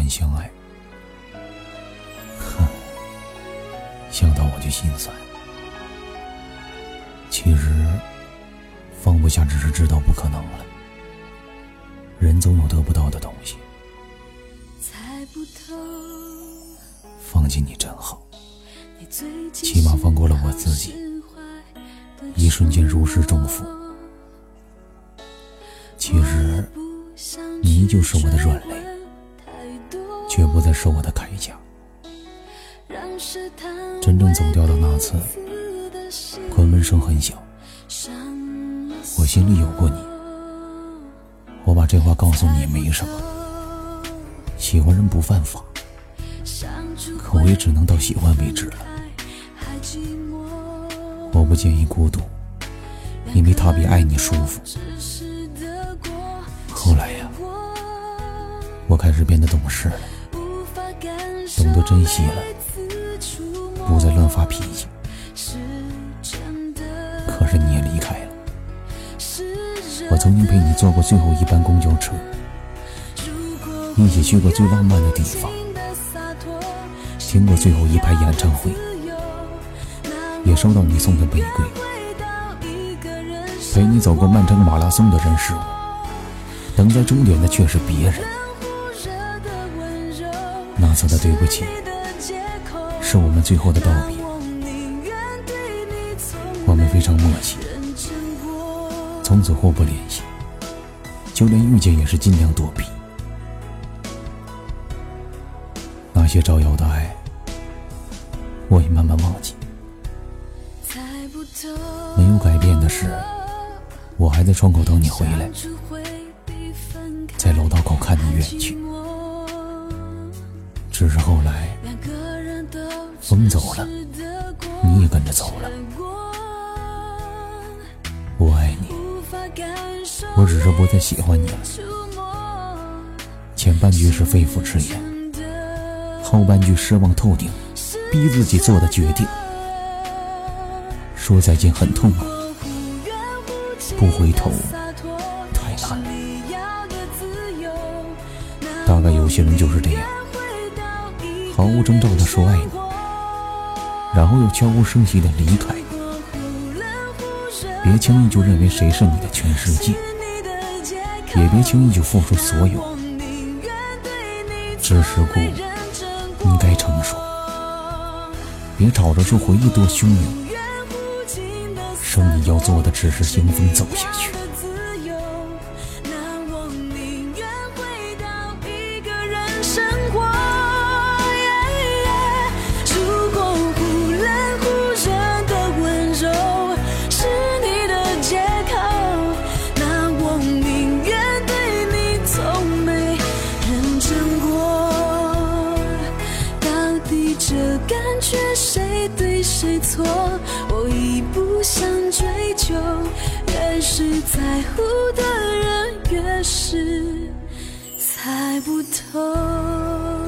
般相爱。哼，想到我就心酸。其实放不下只是知道不可能了，人总有得不到的东西。放弃你真好，起码放过了我自己，一瞬间如释重负。其实你依旧是我的软肋，却不再是我的铠甲。真正走掉的那次，昆仑声很小，我心里有过你。我把这话告诉你也没什么，喜欢人不犯法，可我也只能到喜欢为止了。我不介意孤独，因为它比爱你舒服。后来呀，我开始变得懂事了，懂得珍惜了，不再乱发脾气。可是你也离开了。我曾经陪你坐过最后一班公交车，一起去过最浪漫的地方，听过最后一排演唱会，也收到你送的玫瑰。陪你走过漫长马拉松的人是我，等在终点的却是别人。那次的对不起，是我们最后的道别。我们非常默契，从此互不联系，就连遇见也是尽量躲避。那些招摇的爱，我也慢慢忘记。没有改变的是，我还在窗口等你回来，在楼道口看你远去。只是后来风走了，你也跟着走了。我爱你，我只是不再喜欢你了。前半句是肺腑之言，后半句失望透顶，逼自己做的决定。说再见很痛苦，不回头太难了。大概有些人就是这样，毫无征兆地说爱你，然后又悄无声息地离开。别轻易就认为谁是你的全世界，也别轻易就付出所有。知世故，你该成熟，别吵着说回忆多汹涌，生你要做的只是迎风走下去。 感觉谁对谁错，我已不想追究。越是在乎的人，越是猜不透。